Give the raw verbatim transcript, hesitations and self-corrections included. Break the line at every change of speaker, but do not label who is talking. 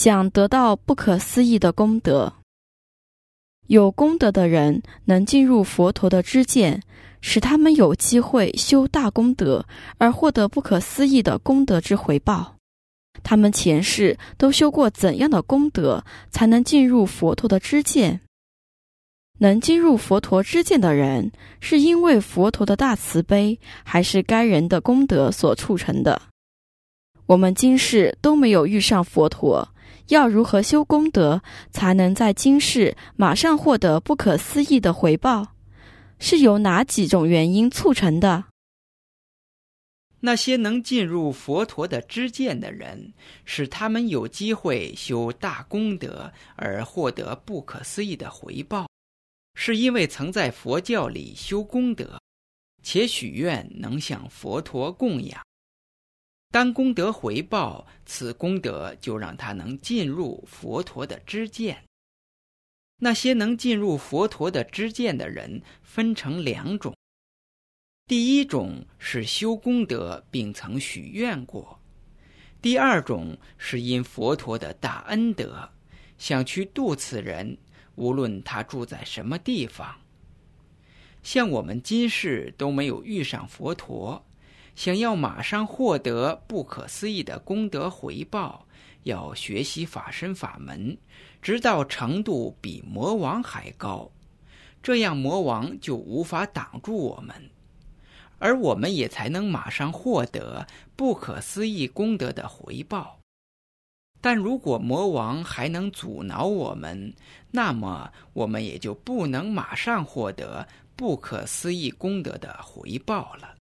想得到不可思议的功德。有功德的人能进入佛陀的知见，使他们有机会修大功德，而获得不可思议的功德之回报。他们前世都修过怎样的功德，才能进入佛陀的知见？能进入佛陀知见的人，是因为佛陀的大慈悲，还是该人的功德所促成的？我们今世都没有遇上佛陀，要如何修功德，才能在今世马上获得不可思议的回报？是由哪几种原因促成的？
那些能进入佛陀的知见的人，使他们有机会修大功德而获得不可思议的回报，是因为曾在佛教里修功德，且许愿能向佛陀供养。当功德回报，此功德就让他能进入佛陀的知见。那些能进入佛陀的知见的人分成两种，第一种是修功德并曾许愿过，第二种是因佛陀的大恩德，想去度此人，无论他住在什么地方。像我们今世都没有遇上佛陀，想要马上获得不可思议的功德回报，要学习法身法门，直到程度比魔王还高，这样魔王就无法挡住我们，而我们也才能马上获得不可思议功德的回报。但如果魔王还能阻挠我们，那么我们也就不能马上获得不可思议功德的回报了。